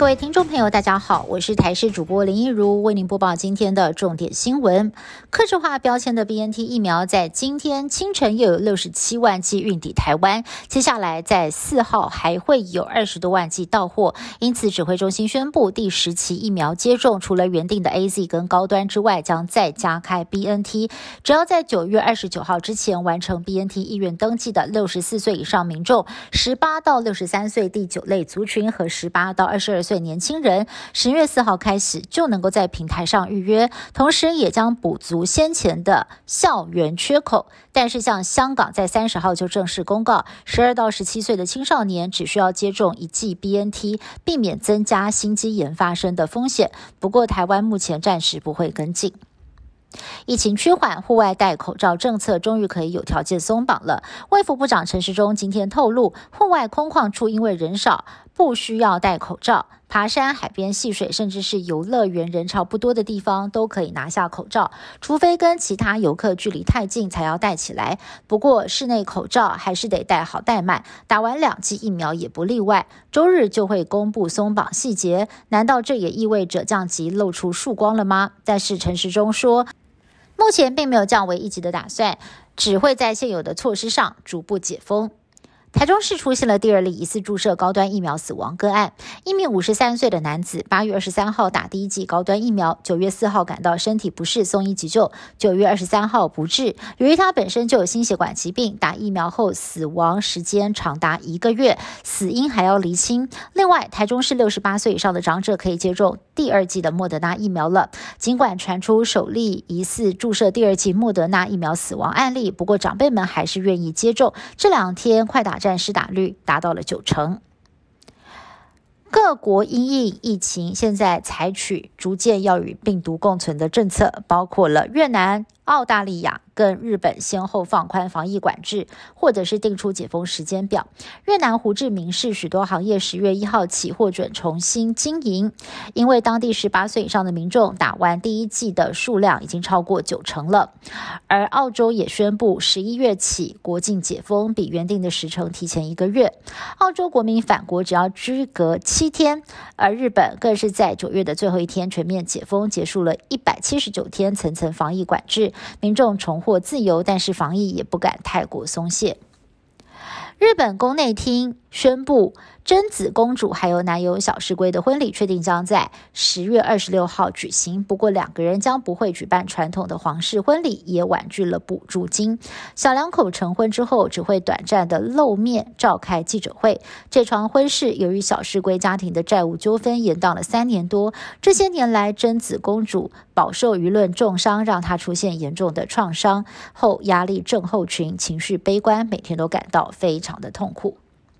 各位听众朋友大家好，我是台视主播林一如，为您播报今天的重点新闻。客制化标签的 BNT 疫苗在今天清晨又有67万剂运抵台湾，接下来在4号还会有20多万剂到货，因此指挥中心宣布第10期疫苗接种除了原定的 AZ 跟高端之外，将再加开 BNT， 只要在9月29号之前完成 BNT 意愿登记的64岁以上民众，18到63岁第9类族群和18到22岁年轻人10月4号开始就能够在平台上预约，同时也将补足先前的校园缺口。但是像香港在30号就正式公告，12到17岁的青少年只需要接种1剂 BNT， 避免增加心肌炎发生的风险。不过台湾目前暂时不会跟进。疫情趋缓，户外戴口罩政策终于可以有条件松绑了。卫福部长陈时中今天透露，户外空旷处因为人少，不需要戴口罩。爬山、海边、戏水，甚至是游乐园人潮不多的地方，都可以拿下口罩，除非跟其他游客距离太近才要戴起来。不过室内口罩还是得戴好戴满，打完2剂疫苗也不例外。周日就会公布松绑细节，难道这也意味着降级露出曙光了吗？但是陈时中说，目前并没有降为1级的打算，只会在现有的措施上逐步解封。台中市出现了第2例疑似注射高端疫苗死亡个案，一名53岁的男子8月23号打第1剂高端疫苗，9月4号感到身体不适送医急救，9月23号不治。由于他本身就有心血管疾病，打疫苗后死亡时间长达1个月，死因还要厘清。另外，台中市68岁以上的长者可以接种第2剂的莫德纳疫苗了。尽管传出首例疑似注射第2剂莫德纳疫苗死亡案例，不过长辈们还是愿意接种。这2天快打战施打率达到了90%。各国因应疫情，现在采取逐渐要与病毒共存的政策，包括了越南、澳大利亚跟日本先后放宽防疫管制，或者是定出解封时间表。越南胡志明市许多行业10月1号起获准重新经营，因为当地18岁以上的民众打完第1剂的数量已经超过90%了。而澳洲也宣布11月起国境解封，比原定的时程提前1个月。澳洲国民返国只要居隔7天，而日本更是在9月的最后一天全面解封，结束了179天层层防疫管制，民众重获自由，但是防疫也不敢太过松懈。日本宫内厅宣布，贞子公主还有男友小室圭的婚礼确定将在10月26号举行，不过2个人将不会举办传统的皇室婚礼，也婉拒了补助金。小两口成婚之后只会短暂的露面召开记者会。这场婚事由于小室圭家庭的债务纠纷延宕了3年多，这些年来贞子公主饱受舆论重伤，让她出现严重的创伤后压力症候群，情绪悲观，每天都感到非常的痛苦。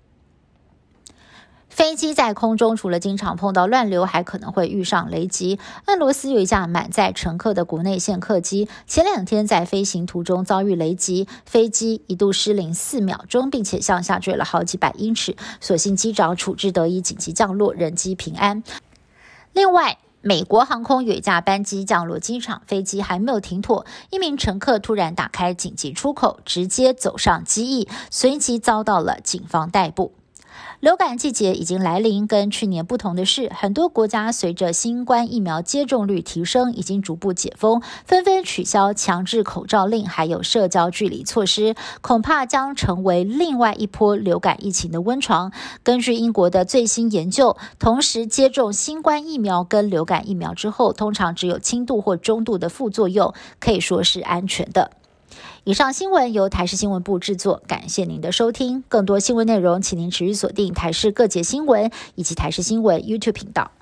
飞机在空中除了经常碰到乱流，还可能会遇上雷击。俄罗斯有一架满载乘客的国内线客机，前2天在飞行途中遭遇雷击，飞机一度失灵4秒钟，并且向下坠了好几百英尺，所幸机长处置得宜，紧急降落，人机平安。另外，美国航空有一架班机降落机场，飞机还没有停妥，一名乘客突然打开紧急出口，直接走上机翼，随即遭到了警方逮捕。流感季节已经来临，跟去年不同的是，很多国家随着新冠疫苗接种率提升，已经逐步解封，纷纷取消强制口罩令，还有社交距离措施，恐怕将成为另外一波流感疫情的温床。根据英国的最新研究，同时接种新冠疫苗跟流感疫苗之后，通常只有轻度或中度的副作用，可以说是安全的。以上新闻由台视新闻部制作，感谢您的收听。更多新闻内容，请您持续锁定台视各节新闻以及台视新闻 YouTube 频道。